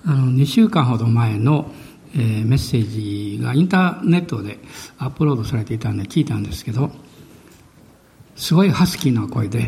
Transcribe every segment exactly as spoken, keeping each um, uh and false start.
あのにしゅうかんほど前の、えー、メッセージがインターネットでアップロードされていたんで聞いたんですけど、すごいハスキーな声で、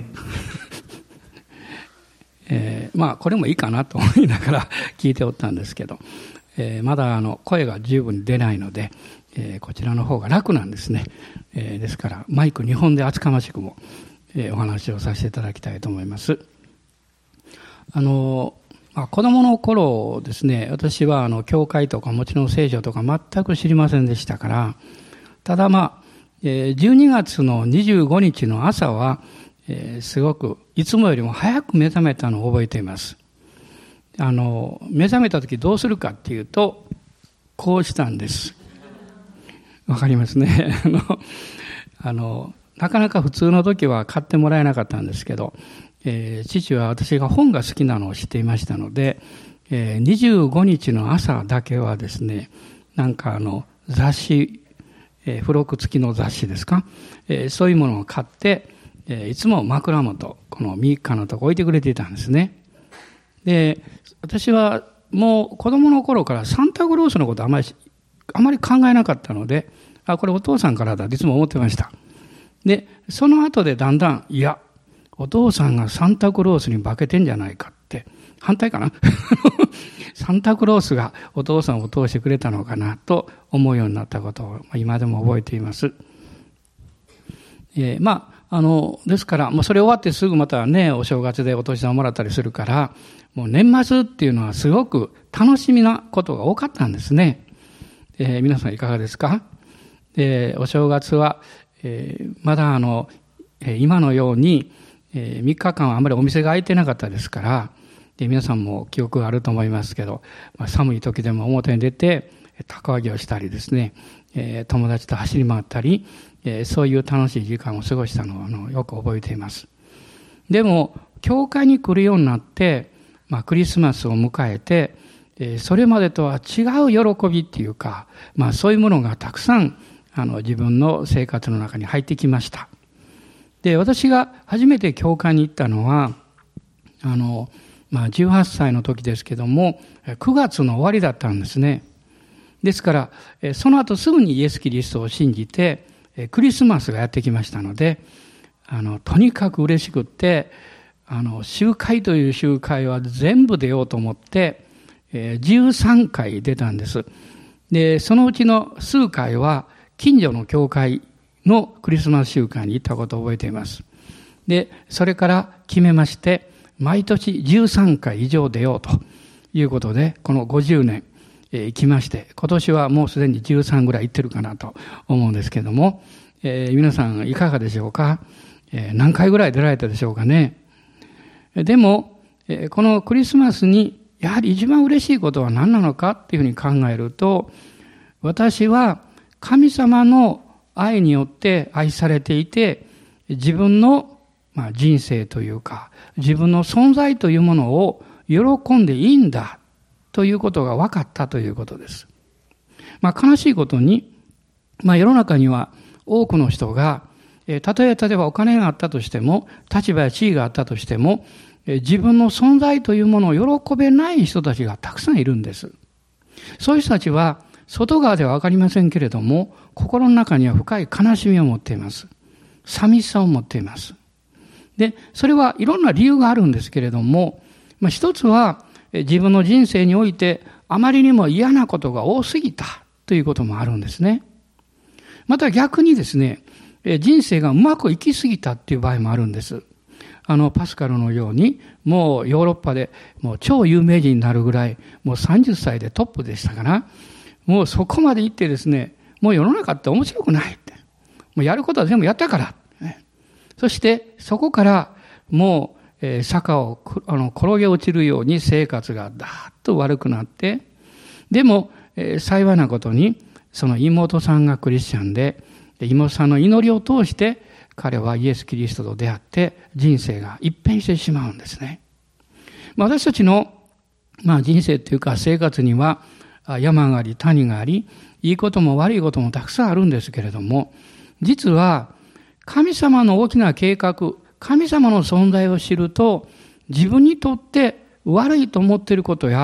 えー、まあこれもいいかなと思いながら聞いておったんですけど、えー、まだあの声が十分に出ないので、えー、こちらの方が楽なんですね。えー、ですからマイクにほんで厚かましくも、えー、お話をさせていただきたいと思います。あの子供の頃ですね、私はあの教会とかもちろん聖書とか全く知りませんでしたから、ただまあ、えー、じゅうにがつのにじゅうごにちの朝は、えー、すごくいつもよりも早く目覚めたのを覚えています。あの目覚めた時どうするかっていうと、こうしたんです。わかりますね。あのあのなかなか普通の時は買ってもらえなかったんですけど、えー、父は私が本が好きなのを知っていましたので、えー、にじゅうごにちの朝だけはですね、なんかあの雑誌、えー、付録付きの雑誌ですか、えー、そういうものを買って、えー、いつも枕元、この右側のとこ置いてくれていたんですね。で、私はもう子供の頃からサンタクロースのことあまり、あまり考えなかったので、あ、これお父さんからだっていつも思ってました。で、その後でだんだん、いや、お父さんがサンタクロースに化けてんじゃないかって、反対かなサンタクロースがお父さんを通してくれたのかなと思うようになったことを今でも覚えています。えー、まあ、あの、ですから、もうそれ終わってすぐまたね、お正月でお年玉もらったりするから、もう年末っていうのはすごく楽しみなことが多かったんですね。えー、皆さんいかがですか？えー、お正月は、えー、まだあの、えー、今のように、えー、みっかかんはあまりお店が開いてなかったですから、で皆さんも記憶があると思いますけど、まあ、寒い時でも表に出て凧揚げをしたりですね、えー、友達と走り回ったり、えー、そういう楽しい時間を過ごしたのをあのよく覚えています。でも教会に来るようになって、まあ、クリスマスを迎えて、えー、それまでとは違う喜びっていうか、まあ、そういうものがたくさんあの自分の生活の中に入ってきました。で、私が初めて教会に行ったのは、あの、まあ、じゅうはっさいの時ですけども、くがつの終わりだったんですね。ですから、その後すぐにイエス・キリストを信じて、クリスマスがやってきましたので、あの、とにかく嬉しくって、あの、集会という集会は全部出ようと思って、じゅうさんかい出たんです。で、そのうちの数回は、近所の教会のクリスマス集会に行ったことを覚えています。で、それから決めまして、毎年じゅうさんかい以上出ようということで、このごじゅうねん、えー、行きまして、今年はもうすでにじゅうさんぐらい行ってるかなと思うんですけども、えー、皆さんいかがでしょうか？えー、何回ぐらい出られたでしょうかね。でも、えー、このクリスマスにやはり一番嬉しいことは何なのかっていうふうに考えると、私は神様の愛によって愛されていて、自分の人生というか、自分の存在というものを喜んでいいんだということが分かったということです。まあ悲しいことに、まあ世の中には多くの人が、たとえ例えばお金があったとしても、立場や地位があったとしても、自分の存在というものを喜べない人たちがたくさんいるんです。そういう人たちは、外側ではわかりませんけれども、心の中には深い悲しみを持っています。寂しさを持っています。で、それはいろんな理由があるんですけれども、まあ、一つは自分の人生においてあまりにも嫌なことが多すぎたということもあるんですね。また逆にですね、人生がうまくいきすぎたっていう場合もあるんです。あのパスカルのように、もうヨーロッパでもう超有名人になるぐらい、もうさんじゅっさいでトップでしたから、もうそこまで行ってですね、もう世の中って面白くないって。もうやることは全部やったから。そしてそこからもう、えー、坂をあの転げ落ちるように生活がだーっと悪くなって、でも、えー、幸いなことにその妹さんがクリスチャンで、妹さんの祈りを通して彼はイエス・キリストと出会って人生が一変してしまうんですね。まあ、私たちの、まあ、人生というか生活には山があり谷があり、いいことも悪いこともたくさんあるんですけれども、実は神様の大きな計画、神様の存在を知ると、自分にとって悪いと思っていることや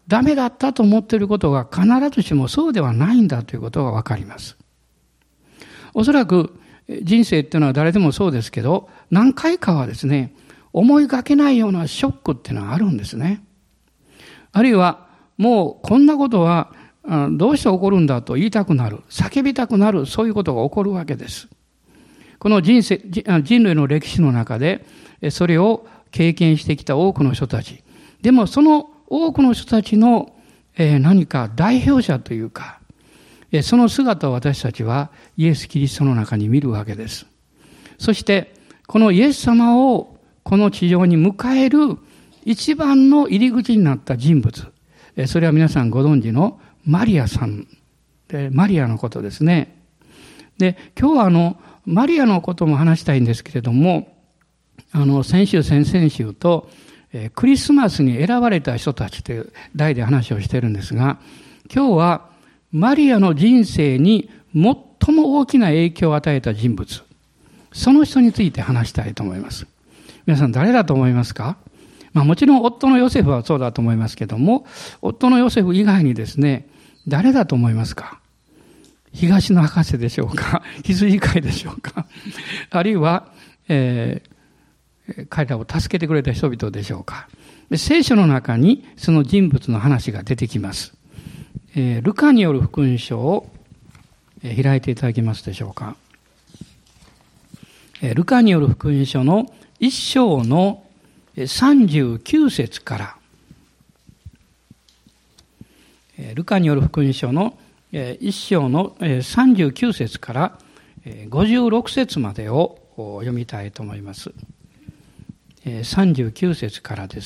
ダメだったと思っていることが必ずしもそうではないんだということがわかります。おそらく人生っていうのは誰でもそうですけど、何回かはですね、思いがけないようなショックっていうのはあるんですね。あるいはもうこんなことはどうして起こるんだと言いたくなる、叫びたくなる、そういうことが起こるわけです。この人生、人類の歴史の中でそれを経験してきた多くの人たち。でもその多くの人たちの何か代表者というか、その姿を私たちはイエス・キリストの中に見るわけです。そしてこのイエス様をこの地上に迎える一番の入り口になった人物。それは皆さんご存知のマリアさん。でマリアのことですね。で、今日はあの、マリアのことも話したいんですけれども、あの、先週、先々週と、えー、クリスマスに選ばれた人たちという題で話をしているんですが、今日はマリアの人生に最も大きな影響を与えた人物、その人について話したいと思います。皆さん誰だと思いますか？まあもちろん夫のヨセフはそうだと思いますけども、夫のヨセフ以外にですね、誰だと思いますか？東野博士でしょうか？羊飼いでしょうか？あるいは、えー、彼らを助けてくれた人々でしょうか？で、聖書の中にその人物の話が出てきます。えー、ルカによる福音書を、えー、開いていただけますでしょうか？えー、ルカによる福音書の一章のさんじゅうきゅう節から、えー、ルカによる福音書の一章のさんじゅうきゅう節からごじゅうろく節までを読みたいと思います。さんじゅうきゅう節からです。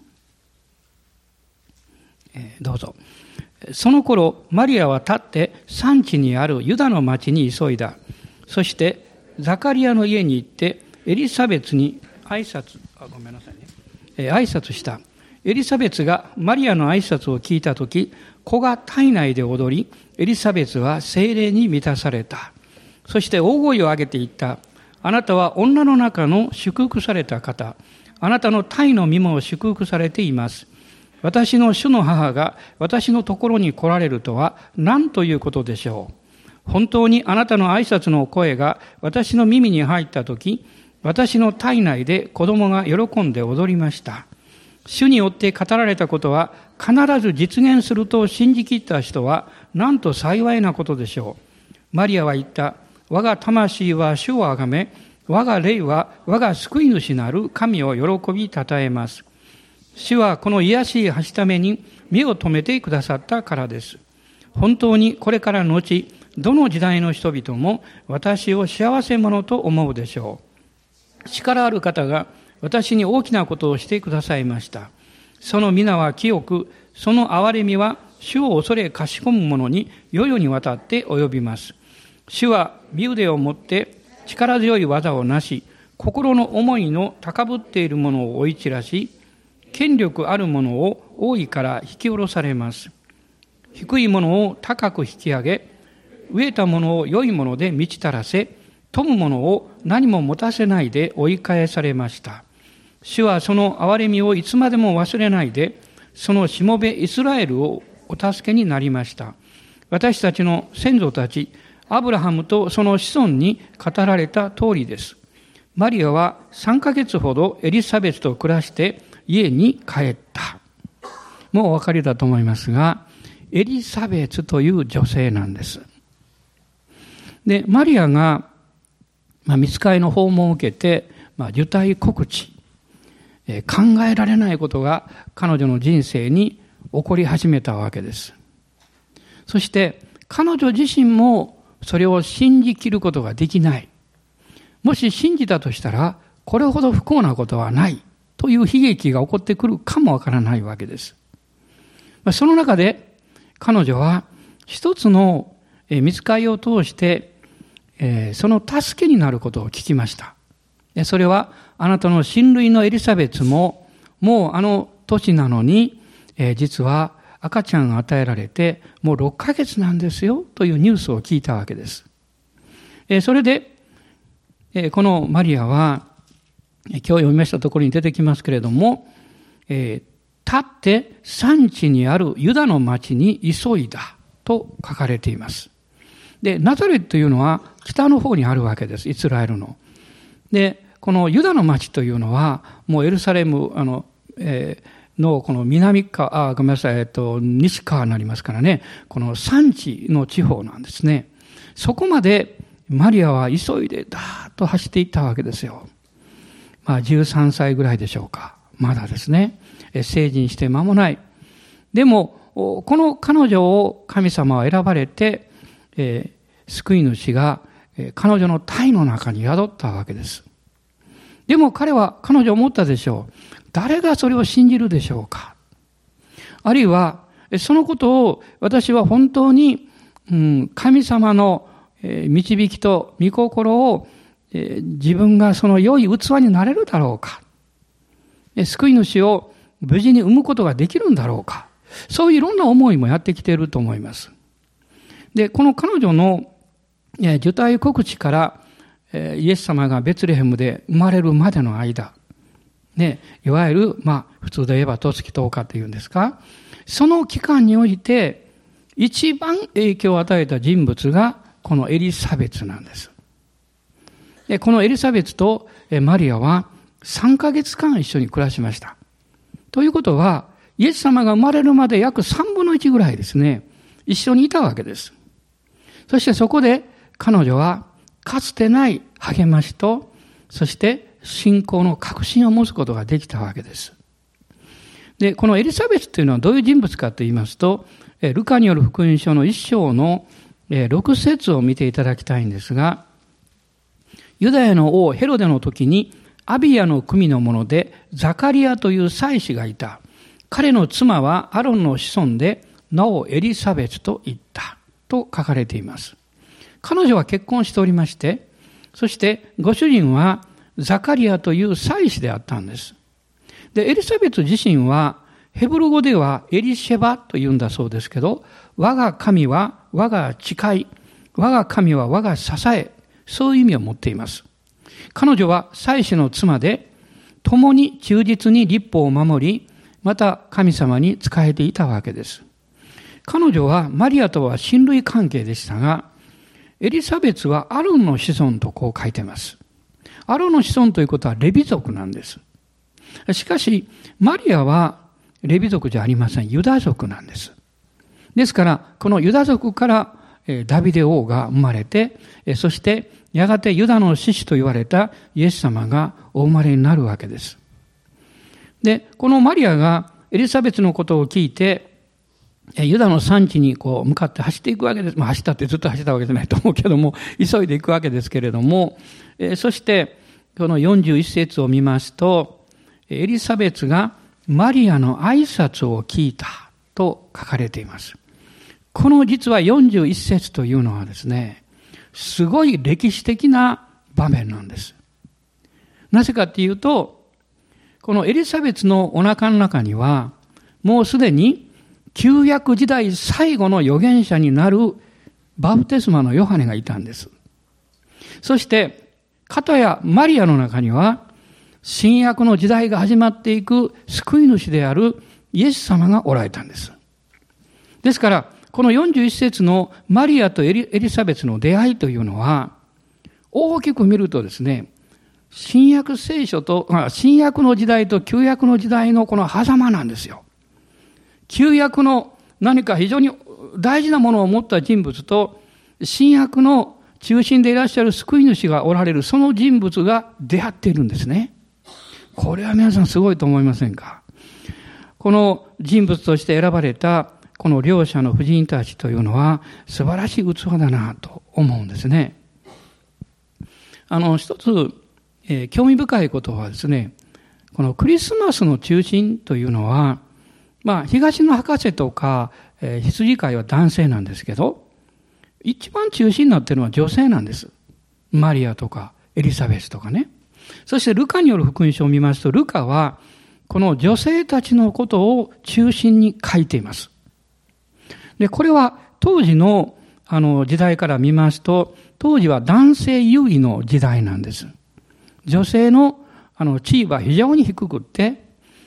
どうぞ。その頃、マリアは立って産地にあるユダの町に急いだ。そしてザカリアの家に行ってエリサベツに挨拶、あ、ごめんなさいね。挨拶した。エリサベツがマリアの挨拶を聞いたとき、子が体内で踊り、エリザベスは聖霊に満たされた。そして大声を上げて言った。あなたは女の中の祝福された方。あなたの胎の身も祝福されています。私の主の母が私のところに来られるとは何ということでしょう。本当にあなたの挨拶の声が私の耳に入ったとき、私の体内で子供が喜んで踊りました。主によって語られたことは必ず実現すると信じきった人はなんと幸いなことでしょう。マリアは言った。我が魂は主をあがめ、我が霊は我が救い主なる神を喜び称えます。主はこの癒しいはしために目を留めてくださったからです。本当にこれからの後、どの時代の人々も私を幸せ者と思うでしょう。力ある方が私に大きなことをしてくださいました。その皆は清く、その憐れみは主を恐れかしこむ者に世々にわたって及びます。主は身腕を持って力強い技をなし、心の思いの高ぶっている者を追い散らし、権力ある者を王位から引き下ろされます。低い者を高く引き上げ、飢えた者を良いもので満ちたらせ、富む者を何も持たせないで追い返されました。主はその憐れみをいつまでも忘れないで、そのしもべイスラエルをお助けになりました。私たちの先祖たち、アブラハムとその子孫に語られた通りです。マリアはさんかげつほどエリザベスと暮らして家に帰った。もうお分かりだと思いますが、エリザベスという女性なんです。で、マリアが、まあ、御使いの訪問を受けて、まあ、受胎告知、えー、考えられないことが彼女の人生に起こり始めたわけです。そして彼女自身もそれを信じきることができない。もし信じたとしたら、これほど不幸なことはないという悲劇が起こってくるかもわからないわけです。その中で彼女は一つの御使いを通してその助けになることを聞きました。それはあなたの親類のエリザベスももうあの年なのに実は赤ちゃんが与えられてもうろっかげつなんですよというニュースを聞いたわけです。それでこのマリアは今日読みましたところに出てきますけれども、 立って山地にあるユダの町に急いだと書かれています。で、ナザレというのは北の方にあるわけです。イスラエルの。で、このユダの町というのは、もうエルサレム、あの、えー、のこの南側、あ、ごめんなさい、えっと、西側になりますからね、この山地の地方なんですね。そこまでマリアは急いでダーッと走っていったわけですよ。まあじゅうさんさいぐらいでしょうか。まだですね。成人して間もない。でも、この彼女を神様は選ばれて、えー、救い主が彼女の体の中に宿ったわけです。でも彼は、彼女は思ったでしょう。誰がそれを信じるでしょうか。あるいは、そのことを私は本当に、うん、神様の導きと御心を自分がその良い器になれるだろうか。救い主を無事に産むことができるんだろうか。そういういろんな思いもやってきていると思います。で、この彼女の受胎告知からイエス様がベツレヘムで生まれるまでの間、ね、いわゆる、まあ、普通で言えば十月十日っていうんですか、その期間において一番影響を与えた人物がこのエリサベツなんです。で、このエリザベツとマリアはさんかげつかん一緒に暮らしました。ということは、イエス様が生まれるまで約さんぶんのいちぐらいですね、一緒にいたわけです。そしてそこで彼女はかつてない励ましと、そして信仰の確信を持つことができたわけです。で、このエリザベスというのはどういう人物かと言いますと、ルカによる福音書の一章のろく節を見ていただきたいんですが、ユダヤの王ヘロデの時にアビヤの組の者でザカリアという祭司がいた。彼の妻はアロンの子孫で名をエリサベツと言ったと書かれています。彼女は結婚しておりまして、そしてご主人はザカリアという祭司であったんです。で、エリザベツ自身はヘブル語ではエリシェバと言うんだそうですけど、我が神は我が誓い、我が神は我が支え、そういう意味を持っています。彼女は祭司の妻で、共に忠実に律法を守り、また神様に仕えていたわけです。彼女はマリアとは親類関係でしたが、エリザベツはアロンの子孫とこう書いています。アロンの子孫ということはレビ族なんです。しかし、マリアはレビ族じゃありません。ユダ族なんです。ですから、このユダ族からダビデ王が生まれて、そしてやがてユダの獅子と言われたイエス様がお生まれになるわけです。で、このマリアがエリザベツのことを聞いて、ユダの産地にこう向かって走っていくわけです。まあ走ったってずっと走ったわけじゃないと思うけども、急いでいくわけですけれども、そしてこのよんじゅういち節を見ますと、エリザベツがマリアの挨拶を聞いたと書かれています。この実はよんじゅういち節というのはですね、すごい歴史的な場面なんです。なぜかっていうと、このエリザベツのお腹の中には、もうすでに旧約時代最後の預言者になるバプテスマのヨハネがいたんです。そして、片やマリアの中には、新約の時代が始まっていく救い主であるイエス様がおられたんです。ですから、このよんじゅういち節のマリアとエリ、エリザベツの出会いというのは、大きく見るとですね、新約聖書と、新約の時代と旧約の時代のこの狭間なんですよ。旧約の何か非常に大事なものを持った人物と、新約の中心でいらっしゃる救い主がおられるその人物が出会っているんですね。これは皆さんすごいと思いませんか？この人物として選ばれたこの両者の婦人たちというのは素晴らしい器だなと思うんですね。あの一つ、えー、興味深いことはですね、このクリスマスの中心というのは、まあ東の博士とか、えー、羊飼いは男性なんですけど、一番中心になっているのは女性なんです。マリアとかエリザベスとかね。そしてルカによる福音書を見ますと、ルカはこの女性たちのことを中心に書いています。で、これは当時のあの時代から見ますと、当時は男性優位の時代なんです。女性のあの地位は非常に低くって、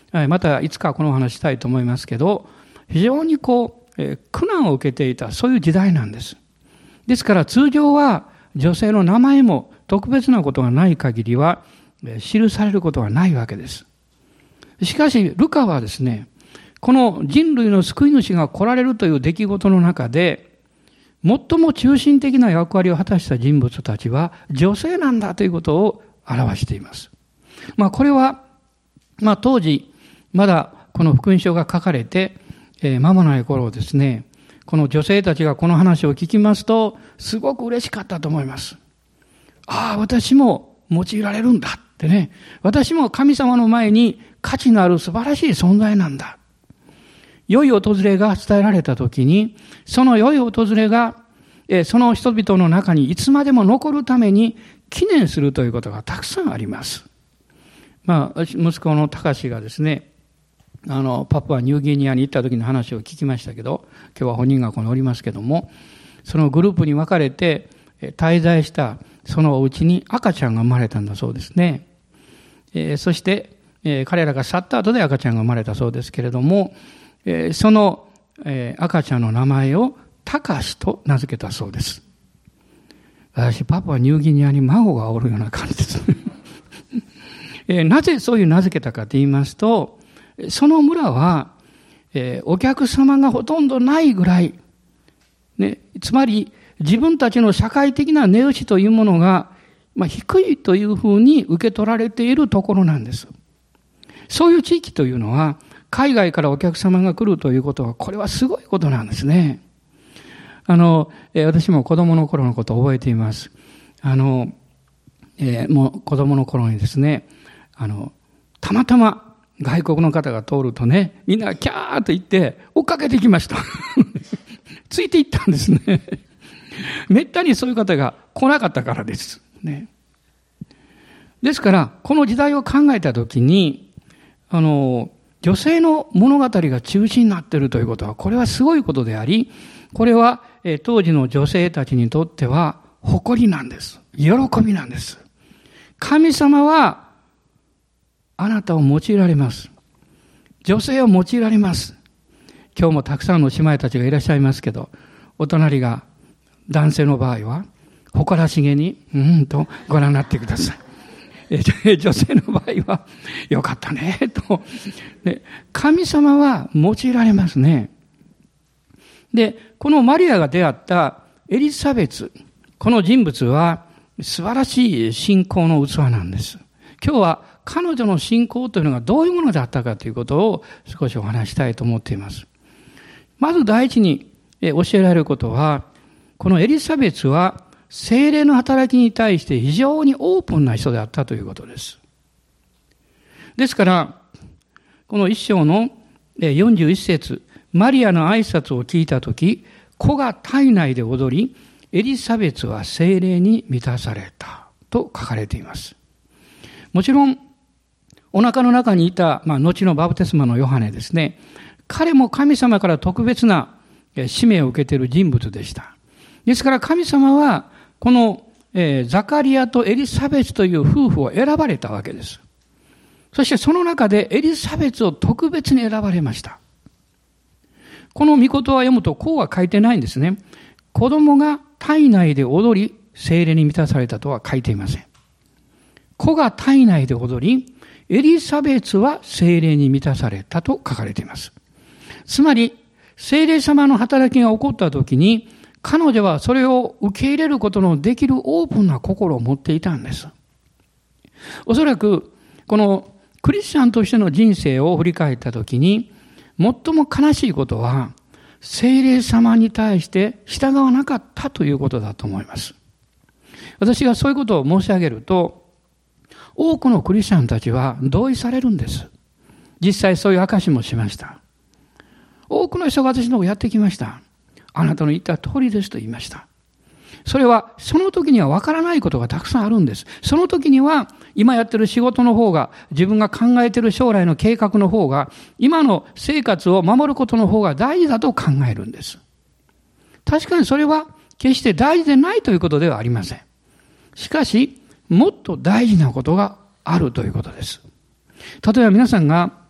またいつかこのお話したいと思いますけど、非常にこう、えー、苦難を受けていた、そういう時代なんです。ですから通常は女性の名前も特別なことがない限りは、えー、記されることはないわけです。しかし、ルカはですね、この人類の救い主が来られるという出来事の中で、最も中心的な役割を果たした人物たちは女性なんだということを表しています。まあこれは、まあ当時、まだこの福音書が書かれて、えー、間もない頃ですね、この女性たちがこの話を聞きますと、すごく嬉しかったと思います。ああ、私も用いられるんだってね。私も神様の前に価値のある素晴らしい存在なんだ。良い訪れが伝えられたときに、その良い訪れが、えー、その人々の中にいつまでも残るために記念するということがたくさんあります。まあ、息子の高志がですね、あの、パプアニューギニアに行った時の話を聞きましたけど、今日は本人がここにおりますけども、そのグループに分かれて滞在したそのお家に赤ちゃんが生まれたんだそうですね。えー、そして、えー、彼らが去った後で赤ちゃんが生まれたそうですけれども、えー、その、えー、赤ちゃんの名前をタカシと名付けたそうです。私、パプアニューギニアに孫がおるような感じです。えー、なぜそういう名付けたかと言いますと、その村は、えー、お客様がほとんどないぐらい、ね、つまり自分たちの社会的な値打ちというものが、まあ、低いというふうに受け取られているところなんです。そういう地域というのは、海外からお客様が来るということは、これはすごいことなんですね。あの、えー、私も子供の頃のことを覚えています。あの、えー、もう子供の頃にですね、あの、たまたま外国の方が通るとね、みんなキャーと言って追っかけてきました。ついていったんですね。めったにそういう方が来なかったからです。ね。ですから、この時代を考えたときに、あの、女性の物語が中心になっているということは、これはすごいことであり、これは、えー、当時の女性たちにとっては誇りなんです。喜びなんです。神様は、あなたを用いられます。女性を用いられます。今日もたくさんの姉妹たちがいらっしゃいますけど、お隣が男性の場合は、誇らしげに、うんとご覧になってください。女性の場合は、よかったね、と。で、神様は用いられますね。で、このマリアが出会ったエリザベツ、この人物は素晴らしい信仰の器なんです。今日は彼女の信仰というのがどういうものだったかということを少しお話したいと思っています。まず第一に教えられることは、このエリザベツは聖霊の働きに対して非常にオープンな人であったということです。ですから、この一章のよんじゅういち節、マリアの挨拶を聞いたとき、子が体内で踊り、エリザベツは聖霊に満たされたと書かれています。もちろん、お腹の中にいた、まあ、後のバプテスマのヨハネですね。彼も神様から特別な使命を受けている人物でした。ですから神様は、この、えー、ザカリアとエリザベツという夫婦を選ばれたわけです。そしてその中でエリザベツを特別に選ばれました。この御言葉を読むとこうは書いてないんですね。子供が体内で踊り、聖霊に満たされたとは書いていません。子が体内で踊り、エリザベツは聖霊に満たされたと書かれています。つまり、聖霊様の働きが起こったときに、彼女はそれを受け入れることのできるオープンな心を持っていたんです。おそらく、このクリスチャンとしての人生を振り返ったときに、最も悲しいことは、聖霊様に対して従わなかったということだと思います。私がそういうことを申し上げると、多くのクリスチャンたちは同意されるんです。実際そういう証しもしました。多くの人が私のところやってきました。あなたの言った通りですと言いました。それはその時には分からないことがたくさんあるんです。その時には今やってる仕事の方が、自分が考えている将来の計画の方が、今の生活を守ることの方が大事だと考えるんです。確かにそれは決して大事でないということではありません。しかし、もっと大事なことがあるということです。例えば皆さんが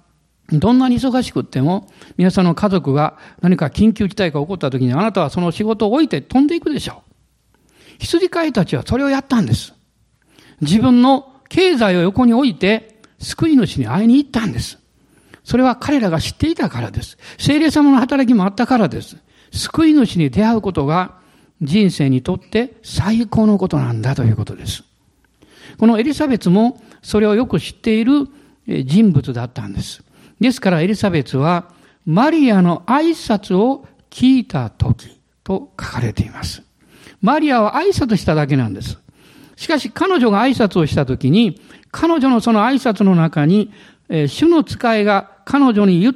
どんなに忙しくっても、皆さんの家族が何か緊急事態が起こった時に、あなたはその仕事を置いて飛んでいくでしょう。羊飼いたちはそれをやったんです。自分の経済を横に置いて、救い主に会いに行ったんです。それは彼らが知っていたからです。聖霊様の働きもあったからです。救い主に出会うことが人生にとって最高のことなんだということです。このエリザベツもそれをよく知っている人物だったんです。ですからエリザベツはマリアの挨拶を聞いたときと書かれています。マリアは挨拶しただけなんです。しかし彼女が挨拶をしたときに、彼女のその挨拶の中に、えー、主の使いが彼女に言った、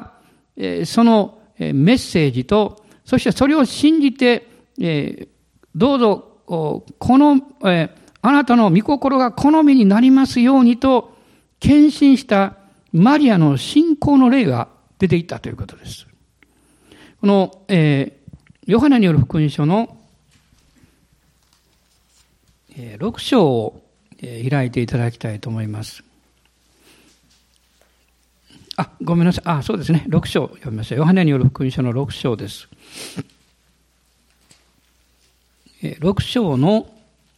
えー、その、えー、メッセージと、そしてそれを信じて、えー、どうぞこの、えー、あなたの御心が好みになりますようにと献身したマリアの信仰の霊が出ていったということです。この、えー、ヨハネによる福音書のろく章を開いていただきたいと思います。あ、ごめんなさい。あ、そうですね。ろく章読みました。ヨハネによる福音書のろく章です。ろく章の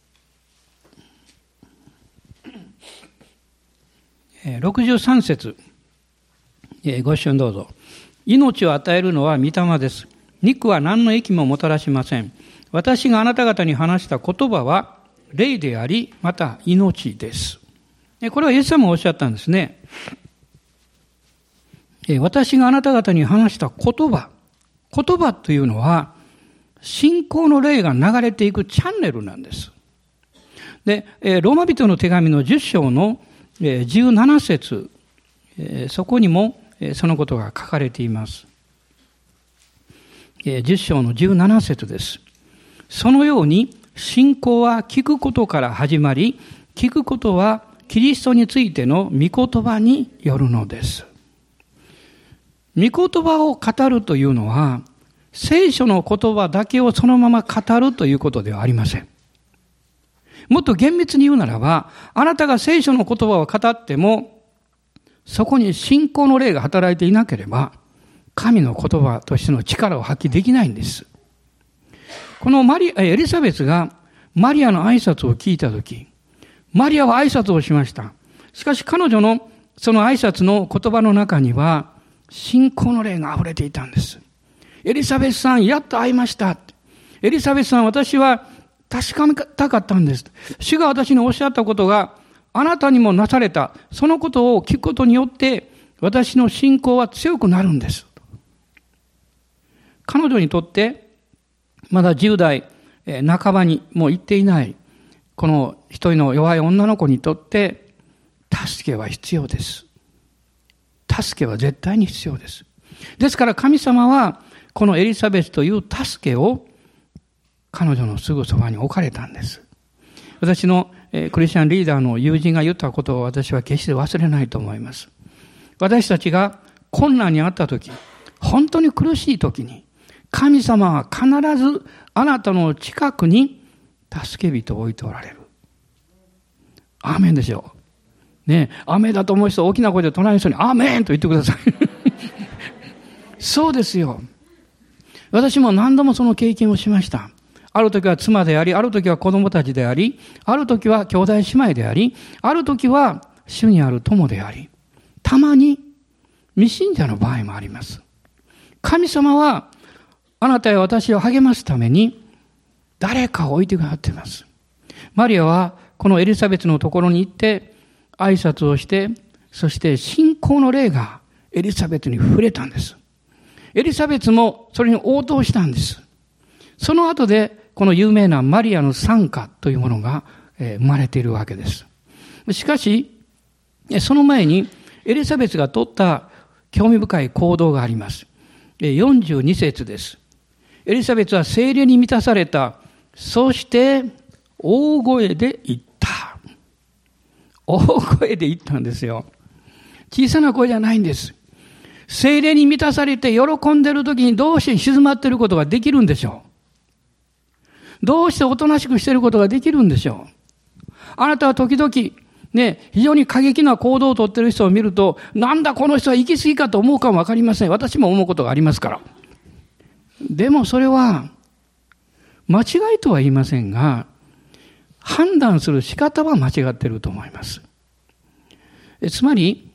ろくじゅうさん節、ご一緒にどうぞ。命を与えるのは御霊です。肉は何の益ももたらしません。私があなた方に話した言葉は霊であり、また命です。これはイエス様もおっしゃったんですね。私があなた方に話した言葉、言葉というのは、信仰の霊が流れていくチャンネルなんです。で、ローマ人の手紙のじゅっ章のじゅうなな節、そこにもそのことが書かれています。じゅっ章のじゅうなな節です。そのように、信仰は聞くことから始まり、聞くことはキリストについての御言葉によるのです。御言葉を語るというのは、聖書の言葉だけをそのまま語るということではありません。もっと厳密に言うならば、あなたが聖書の言葉を語っても、そこに信仰の霊が働いていなければ、神の言葉としての力を発揮できないんです。このマリ、エリザベスがマリアの挨拶を聞いたとき、マリアは挨拶をしました。しかし彼女のその挨拶の言葉の中には、信仰の霊が溢れていたんです。エリザベスさん、やっと会いました。エリザベスさん、私は確かめたかったんです。主が私におっしゃったことがあなたにもなされた。そのことを聞くことによって、私の信仰は強くなるんです。彼女にとって、まだじゅう代半ばにもう行っていない、この一人の弱い女の子にとって、助けは必要です。助けは絶対に必要です。ですから神様は、このエリザベスという助けを彼女のすぐそばに置かれたんです。私のクリスチャンリーダーの友人が言ったことを私は決して忘れないと思います。私たちが困難にあったとき、本当に苦しいときに、神様は必ずあなたの近くに助け人を置いておられる。アーメンでしょう。ね、雨だと思う人、大きな声で隣の人にアーメンと言ってください。そうですよ。私も何度もその経験をしました。ある時は妻であり、ある時は子供たちであり、ある時は兄弟姉妹であり、ある時は主にある友であり、たまに未信者の場合もあります。神様はあなたや私を励ますために誰かを置いてくださっています。マリアはこのエリザベスのところに行って挨拶をして、そして信仰の霊がエリザベスに触れたんです。エリザベスもそれに応答したんです。その後でこの有名なマリアの賛歌というものが生まれているわけです。しかし、その前にエリザベスが取った興味深い行動があります。よんじゅうに節です。エリザベスは聖霊に満たされた。そして大声で言った。大声で言ったんですよ。小さな声じゃないんです。聖霊に満たされて喜んでいるときにどうして静まっていることができるんでしょう。どうしておとなしくしていることができるんでしょう。あなたは時々 ね、非常に過激な行動をとっている人を見ると、なんだこの人は行き過ぎかと思うかもわかりません。私も思うことがありますから。でもそれは、間違いとは言いませんが、判断する仕方は間違っていると思います。つまり、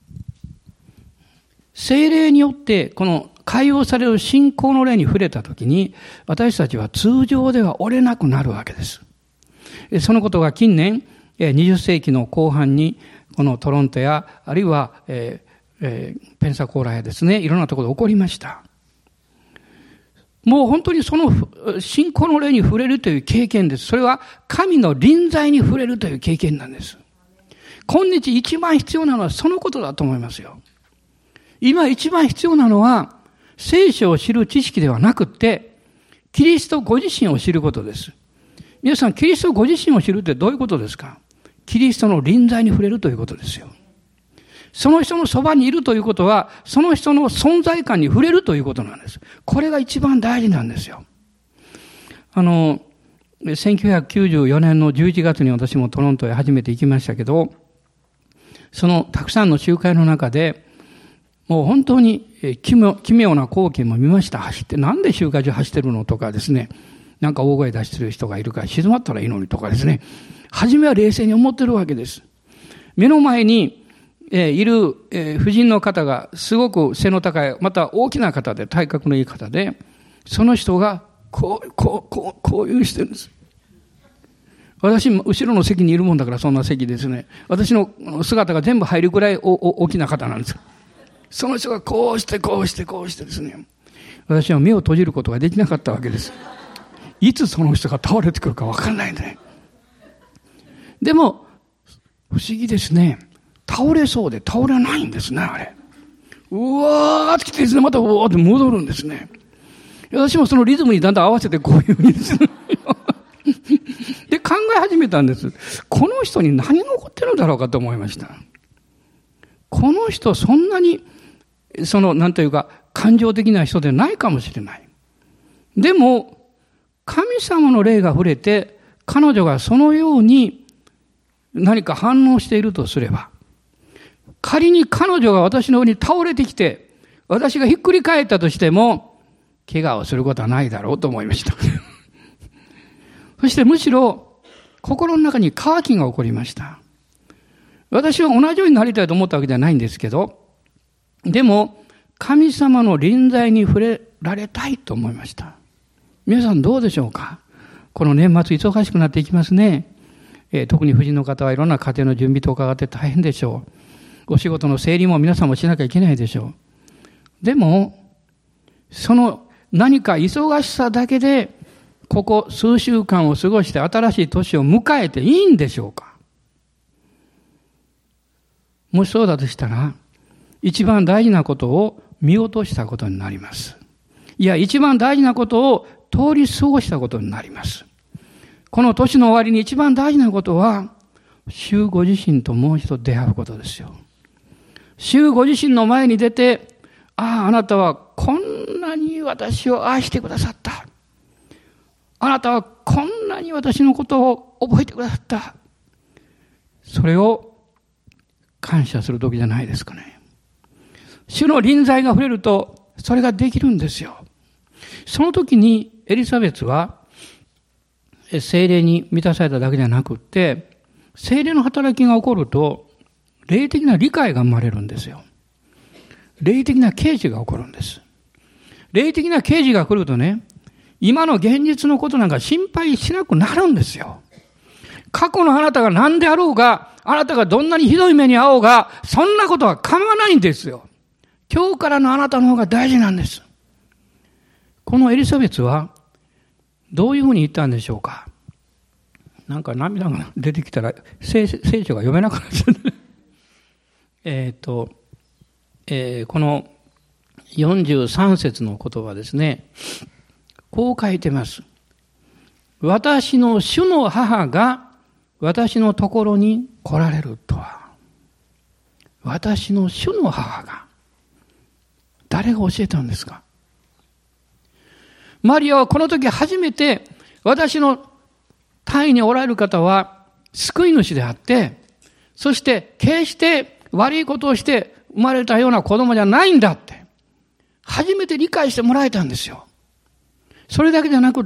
聖霊によってこの解放される信仰の霊に触れたときに、私たちは通常では折れなくなるわけです。そのことが近年、にじゅっ世紀の後半に、このトロントや、あるいは、えーえー、ペンサコーラやですね、いろんなところで起こりました。もう本当にその信仰の霊に触れるという経験です。それは神の臨在に触れるという経験なんです。今日一番必要なのはそのことだと思いますよ。今一番必要なのは、聖書を知る知識ではなくって、キリストご自身を知ることです。皆さん、キリストご自身を知るってどういうことですか？キリストの臨在に触れるということですよ。その人のそばにいるということは、その人の存在感に触れるということなんです。これが一番大事なんですよ。あの、せんきゅうひゃくきゅうじゅうよねんのじゅういちがつに私もトロントへ初めて行きましたけど、そのたくさんの集会の中で、もう本当に奇妙、奇妙な光景も見ました。走って、なんで集会所走ってるのとかですね、なんか大声出してる人がいるから静まったらいいのにとかですね、初めは冷静に思ってるわけです。目の前に、えー、いる、えー、婦人の方がすごく背の高い、また大きな方で、体格のいい方で、その人がこう、こう、こう、こういうしてるんです。私、後ろの席にいるもんだからそんな席ですね。私の姿が全部入るくらいおお大きな方なんです。その人がこうして、こうして、こうしてですね。私は目を閉じることができなかったわけです。いつその人が倒れてくるか分からないんでね。でも、不思議ですね。倒れそうで倒れないんですね、あれ。うわーって来てですね、またうわーって戻るんですね。私もそのリズムにだんだん合わせてこういうふうにですね。で、考え始めたんです。この人に何が起こってるんだろうかと思いました。この人そんなに、その、なんというか、感情的な人でないかもしれない。でも、神様の霊が触れて、彼女がそのように何か反応しているとすれば、仮に彼女が私の上に倒れてきて、私がひっくり返ったとしても、怪我をすることはないだろうと思いました。そしてむしろ、心の中に渇きが起こりました。私は同じようになりたいと思ったわけではないんですけど、でも、神様の臨在に触れられたいと思いました。皆さんどうでしょうか？この年末忙しくなっていきますね。えー、特に婦人の方はいろんな家庭の準備とかがあって大変でしょう。お仕事の整理も皆さんもしなきゃいけないでしょう。でも、その何か忙しさだけで、ここ数週間を過ごして新しい年を迎えていいんでしょうか？もしそうだとしたら、一番大事なことを見落としたことになります。いや、一番大事なことを通り過ごしたことになります。この年の終わりに一番大事なことは、主ご自身ともう一度出会うことですよ。主ご自身の前に出て、ああ、あなたはこんなに私を愛してくださった。あなたはこんなに私のことを覚えてくださった。それを感謝する時じゃないですかね。主の臨在が触れると、それができるんですよ。その時にエリザベスは、聖霊に満たされただけじゃなくって、聖霊の働きが起こると、霊的な理解が生まれるんですよ。霊的な啓示が起こるんです。霊的な啓示が来るとね、今の現実のことなんか心配しなくなるんですよ。過去のあなたが何であろうが、あなたがどんなにひどい目に遭おうが、そんなことは構わないんですよ。今日からのあなたの方が大事なんです。このエリザベスは、どういうふうに言ったんでしょうか。なんか涙が出てきたら、聖書が読めなくなっちゃう。えっと、えー、このよんじゅうさん節の言葉ですね。こう書いてます。私の主の母が私のところに来られるとは。私の主の母が。誰が教えたんですか？マリアはこの時初めて私の単位におられる方は救い主であって、 そして決して悪いことをして生まれたような子供じゃないんだって、初めて理解してもらえたんですよ。それだけじゃなくって、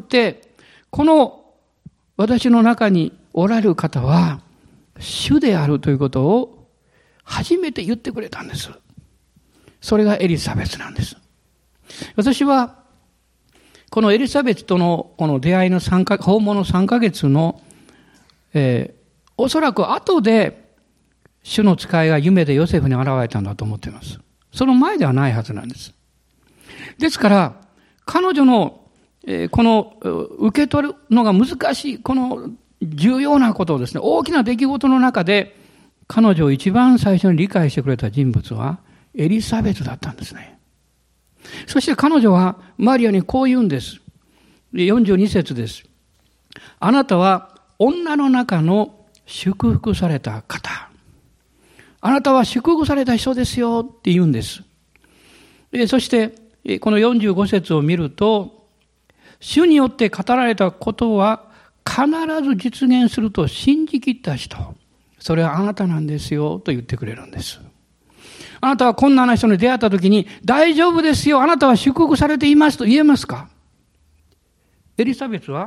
この私の中におられる方は、主であるということを初めて言ってくれたんです。それがエリザベスなんです。私は、このエリザベスとのこの出会いのさんか、訪問のさんかげつの、えー、おそらく後で、主の使いが夢でヨセフに現れたんだと思っています。その前ではないはずなんです。ですから、彼女の、えー、この受け取るのが難しい、この重要なことをですね、大きな出来事の中で、彼女を一番最初に理解してくれた人物はエリザベスだったんですね。そして彼女はマリアにこう言うんです。よんじゅうに節です。あなたは女の中の祝福された方。あなたは祝福された人ですよって言うんです。そしてこのよんじゅうご節を見ると、主によって語られたことは必ず実現すると信じきった人。それはあなたなんですよと言ってくれるんです。あなたは困難な人に出会ったときに、大丈夫ですよ、あなたは祝福されていますと言えますか？エリザベスは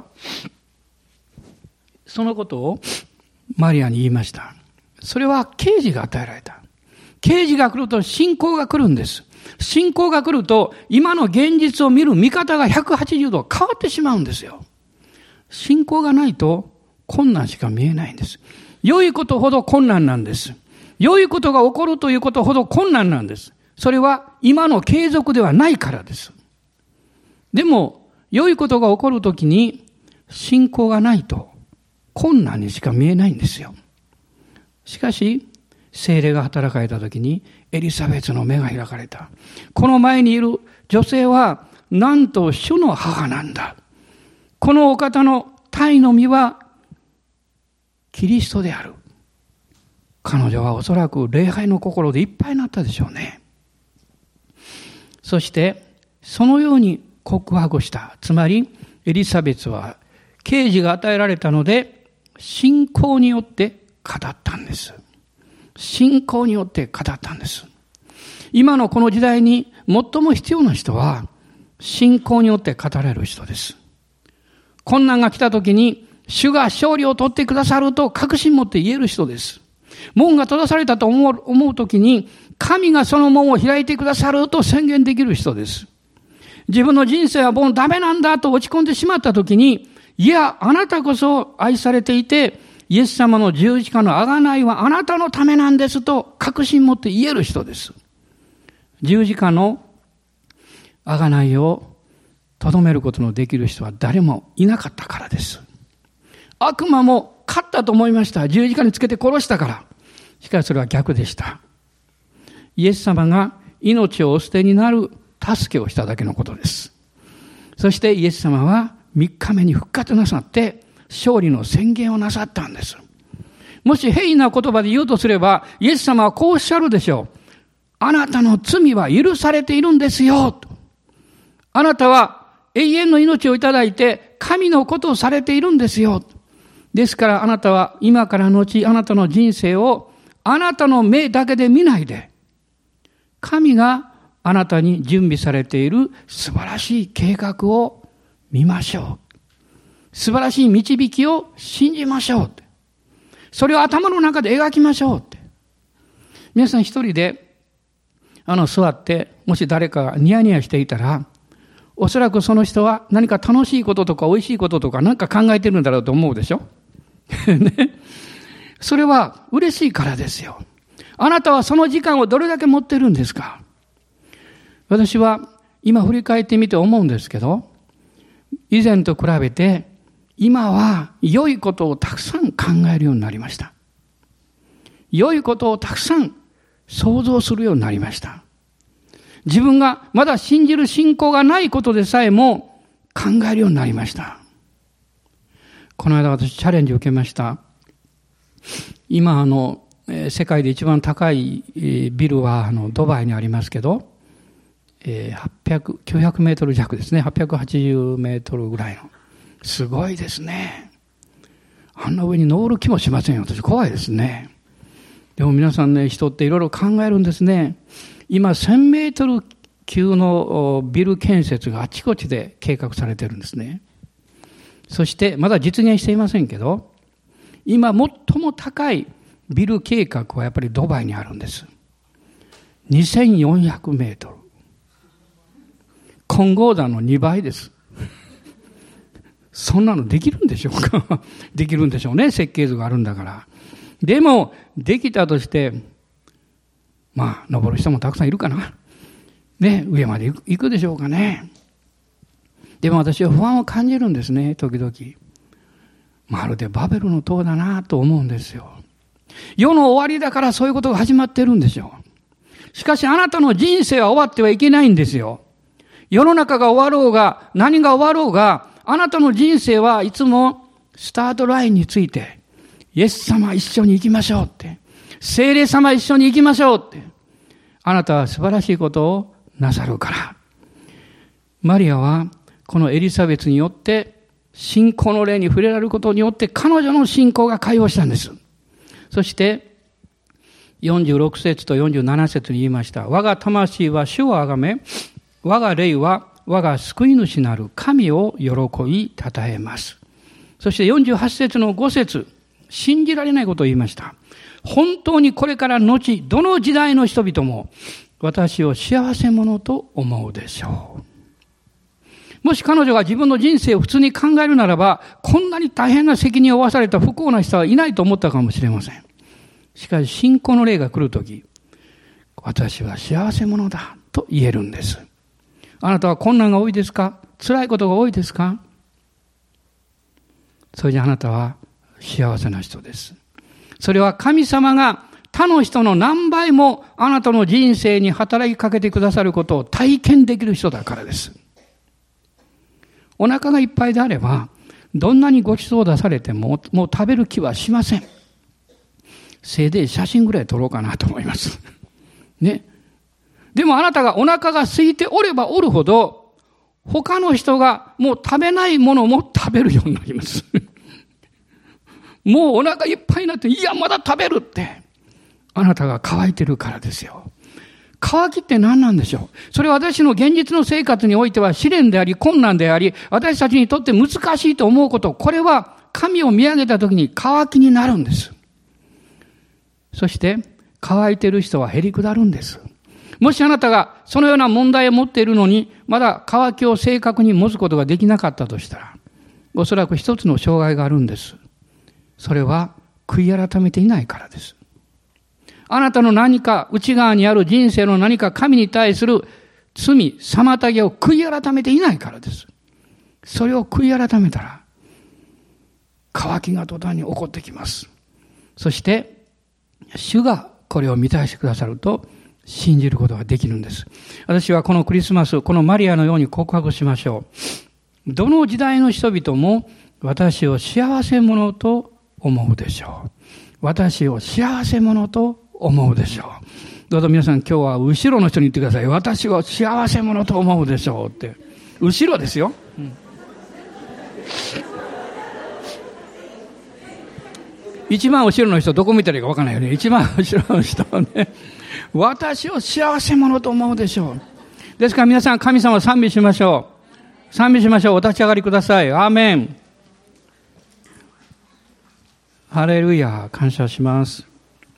そのことをマリアに言いました。それは啓示が与えられた。啓示が来ると信仰が来るんです。信仰が来ると今の現実を見る見方がひゃくはちじゅうど変わってしまうんですよ。信仰がないと困難しか見えないんです。良いことほど困難なんです。良いことが起こるということほど困難なんです。それは今の継続ではないからです。でも、良いことが起こるときに信仰がないと困難にしか見えないんですよ。しかし、聖霊が働かれたときにエリザベスの目が開かれた。この前にいる女性はなんと主の母なんだ。このお方の胎の実はキリストである。彼女はおそらく礼拝の心でいっぱいになったでしょうね。そしてそのように告白した。つまりエリザベスは啓示が与えられたので信仰によって語ったんです。信仰によって語ったんです。今のこの時代に最も必要な人は信仰によって語れる人です。困難が来た時に主が勝利を取ってくださると確信持って言える人です。門が閉ざされたと思う、思うときに、神がその門を開いてくださると宣言できる人です。自分の人生はもうダメなんだと落ち込んでしまったときに、いや、あなたこそ愛されていて、イエス様の十字架の贖いはあなたのためなんですと確信持って言える人です。十字架の贖いをとどめることのできる人は誰もいなかったからです。悪魔も勝ったと思いました。十字架につけて殺したから。しかしそれは逆でした。イエス様が命をお捨てになる助けをしただけのことです。そしてイエス様はみっかめに復活なさって勝利の宣言をなさったんです。もし平易な言葉で言うとすれば、イエス様はこうおっしゃるでしょう。あなたの罪は許されているんですよと。あなたは永遠の命をいただいて神のことをされているんですよ。ですからあなたは今からのちあなたの人生をあなたの目だけで見ないで、神があなたに準備されている素晴らしい計画を見ましょう。素晴らしい導きを信じましょう。それを頭の中で描きましょう。皆さん一人であの座って、もし誰かがニヤニヤしていたら、おそらくその人は何か楽しいこととか美味しいこととか何か考えてるんだろうと思うでしょね。それは嬉しいからですよ。あなたはその時間をどれだけ持ってるんですか？私は今振り返ってみて思うんですけど、以前と比べて今は良いことをたくさん考えるようになりました。良いことをたくさん想像するようになりました。自分がまだ信じる信仰がないことでさえも考えるようになりました。この間私チャレンジを受けました。今あの世界で一番高いビルはあのドバイにありますけど、はっぴゃく、きゅうひゃくメートル弱ですね。はっぴゃくはちじゅうメートルぐらいの。すごいですね。あんな上に登る気もしませんよ。私怖いですね。 でも皆さんね、人っていろいろ考えるんですね。今せんメートル級のビル建設があちこちで計画されてるんですね。そしてまだ実現していませんけど、今最も高いビル計画はやっぱりドバイにあるんです。にせんよんひゃくメートル。金剛山のにばいです。そんなのできるんでしょうか。できるんでしょうね。設計図があるんだから。でも、できたとして、まあ、登る人もたくさんいるかな。ね、上まで行く、行くでしょうかね。でも私は不安を感じるんですね、時々。まるでバベルの塔だなと思うんですよ。世の終わりだからそういうことが始まってるんでしょう。しかしあなたの人生は終わってはいけないんですよ。世の中が終わろうが、何が終わろうが、あなたの人生はいつもスタートラインについて、イエス様一緒に行きましょうって。聖霊様一緒に行きましょうって。あなたは素晴らしいことをなさるから。マリアはこのエリザベスによって信仰の霊に触れられることによって彼女の信仰が解放したんです。そしてよんじゅうろく節とよんじゅうなな節に言いました。我が魂は主をあがめ、我が霊は我が救い主なる神を喜び称えます。そしてよんじゅうはち節のご節、信じられないことを言いました。本当にこれから後、どの時代の人々も私を幸せ者と思うでしょう。もし彼女が自分の人生を普通に考えるならば、こんなに大変な責任を負わされた不幸な人はいないと思ったかもしれません。しかし信仰の霊が来るとき、私は幸せ者だと言えるんです。あなたは困難が多いですか？辛いことが多いですか？それじゃあなたは幸せな人です。それは神様が他の人の何倍もあなたの人生に働きかけてくださることを体験できる人だからです。お腹がいっぱいであれば、どんなにごちそうを出されても、もう食べる気はしません。せいで写真ぐらい撮ろうかなと思います。ね。でもあなたがお腹が空いておればおるほど、他の人がもう食べないものも食べるようになります。もうお腹いっぱいになって、いや、まだ食べるって。あなたが乾いてるからですよ。乾きって何なんでしょう？それは私の現実の生活においては試練であり、困難であり、私たちにとって難しいと思うこと、これは神を見上げたときに乾きになるんです。そして、乾いてる人はへり下るんです。もしあなたがそのような問題を持っているのに、まだ渇きを正確に持つことができなかったとしたら、おそらく一つの障害があるんです。それは悔い改めていないからです。あなたの何か内側にある人生の何か神に対する罪、妨げを悔い改めていないからです。それを悔い改めたら、渇きが途端に起こってきます。そして、主がこれを満たしてくださると、信じることができるんです。私はこのクリスマス、このマリアのように告白しましょう。どの時代の人々も私を幸せ者と思うでしょう。私を幸せ者と思うでしょう。どうぞ皆さん今日は後ろの人に言ってください。私を幸せ者と思うでしょうって。後ろですよ。うん、一番後ろの人どこ見たらいいか分からないよね。一番後ろの人はね、私を幸せ者と思うでしょう。ですから皆さん神様を賛美しましょう。賛美しましょう。お立ち上がりください。アーメン。ハレルヤ。感謝します。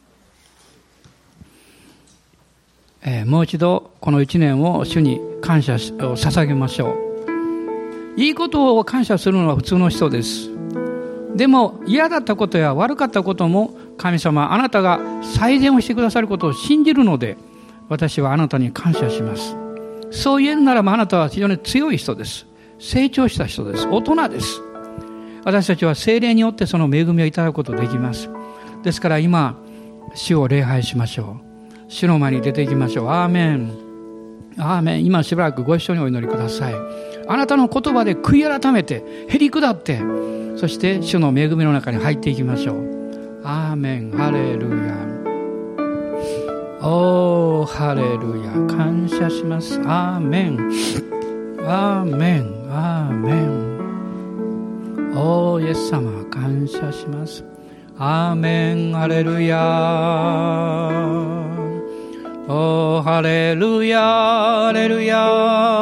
えー、もう一度この一年を主に感謝を捧げましょう。いいことを感謝するのは普通の人です。でも嫌だったことや悪かったことも神様あなたが最善をしてくださることを信じるので私はあなたに感謝します。そう言えるならばあなたは非常に強い人です。成長した人です。大人です。私たちは聖霊によってその恵みをいただくことができます。ですから今主を礼拝しましょう。主の前に出ていきましょう。アーメン。アーメン。今しばらくご一緒にお祈りください。あなたの言葉で悔い改めてへり下ってそして主の恵みの中に入っていきましょう。アーメン。ハレルヤ。おーハレルヤ。感謝します。アーメン。アーメン。アーメン。おーイエス様感謝します。 アーメンハレルヤおーハレルヤハレルヤ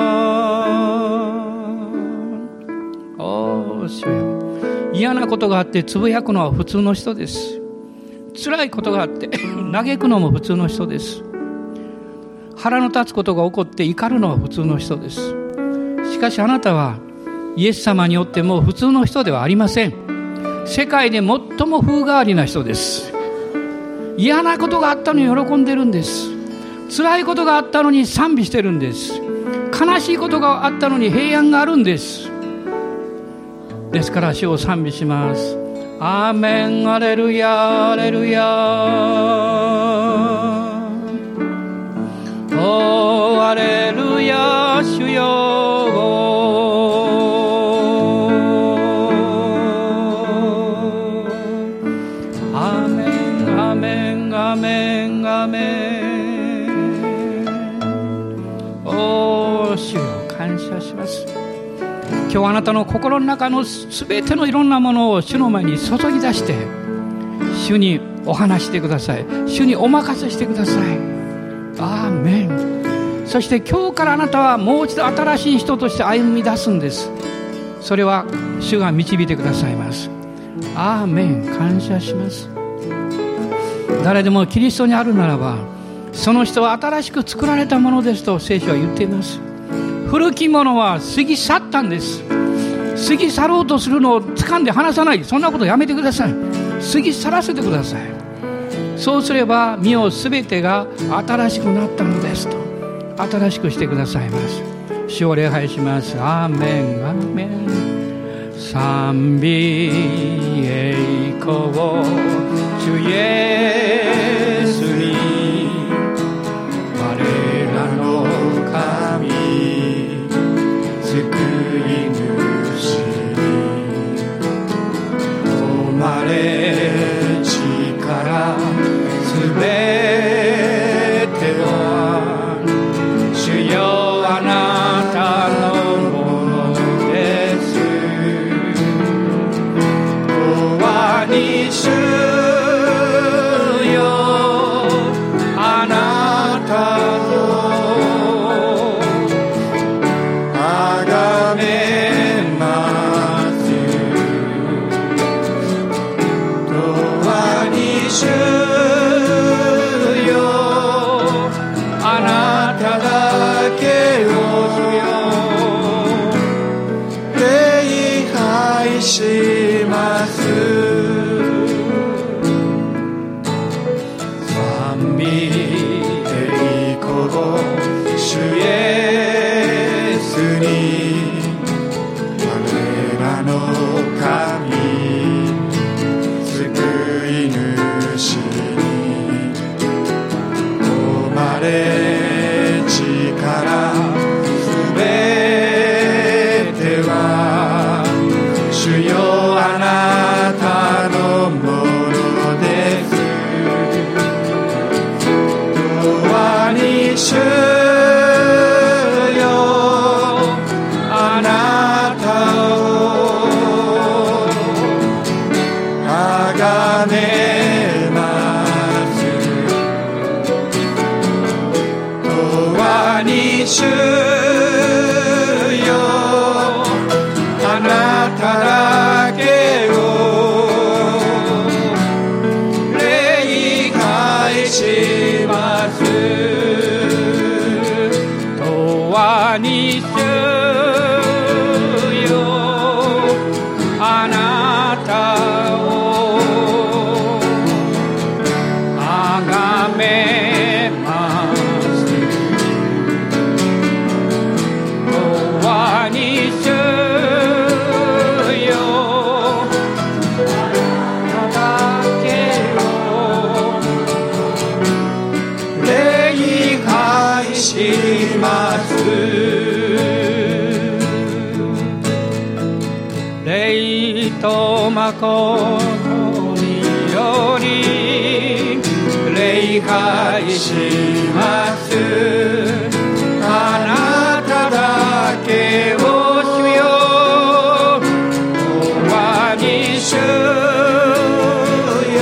おー主よ、嫌なことがあってつぶやくのは普通の人です。辛いことがあって嘆くのも普通の人です。腹の立つことが起こって怒るのは普通の人です。しかしあなたはイエス様によっても普通の人ではありません。世界で最も風変わりな人です。嫌なことがあったのに喜んでるんです。辛いことがあったのに賛美してるんです。悲しいことがあったのに平安があるんです。ですから主を賛美します。アーメンハレルヤハレルヤおーハレルヤ主よアーメンアーメンアーメンアーメンおー主よ感謝します。今日あなたの心の中のすべてのいろんなものを主の前に注ぎ出して主にお話してください。主にお任せしてください。アーメン。そして今日からあなたはもう一度新しい人として歩み出すんです。それは主が導いてくださいます。アーメン。感謝します。誰でもキリストにあるならばその人は新しく作られたものですと聖書は言っています。古きものは過ぎ去ったんです。過ぎ去ろうとするのを掴んで離さない、そんなことやめてください。過ぎ去らせてください。そうすれば身をすべてが新しくなったのですと新しくしてくださいます。主を礼拝します。アーメンアーメン。賛美栄光主イエスに我らの神救い主に生まれ力すべては主よあなたのものです永遠に主よあなた誠により礼拝しますあなただけを主よ永遠に主よ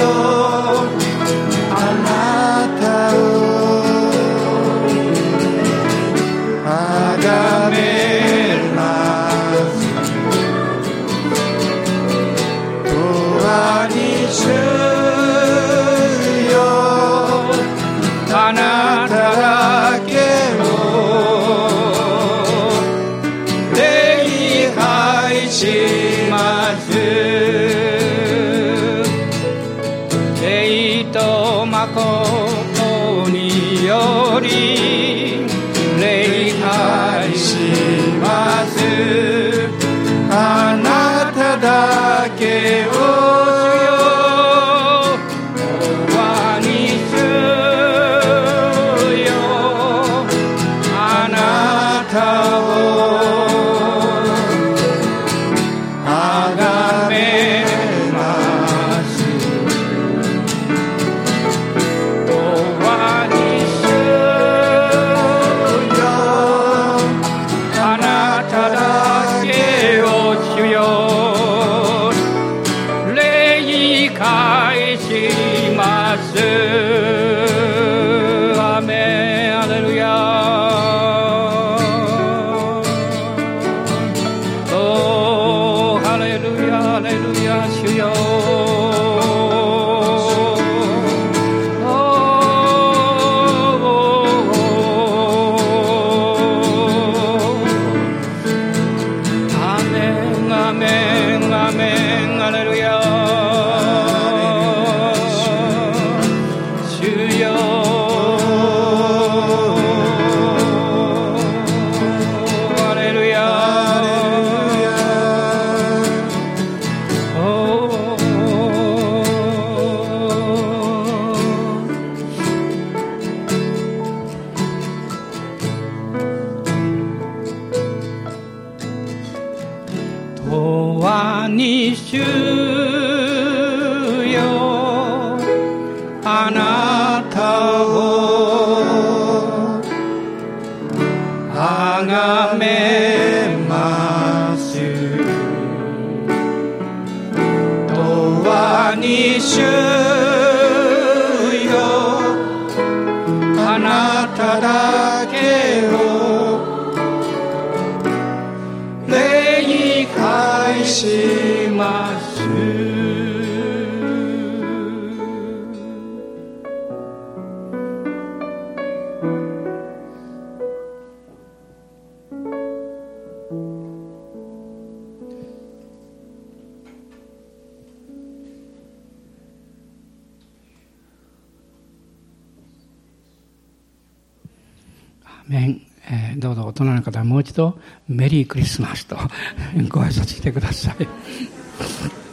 あがめます永遠に主よあなただけを主よ礼返しますアーメンハレルヤおーハレルヤハレルヤ主よアーメンアーメンアーメンハレルヤ主よハレルヤおー永遠に主よあなたをあがめます永遠に主よあなただけを礼返しますアーメン。えーどうぞ大人の方はもう一度メリークリスマスとご挨拶してください。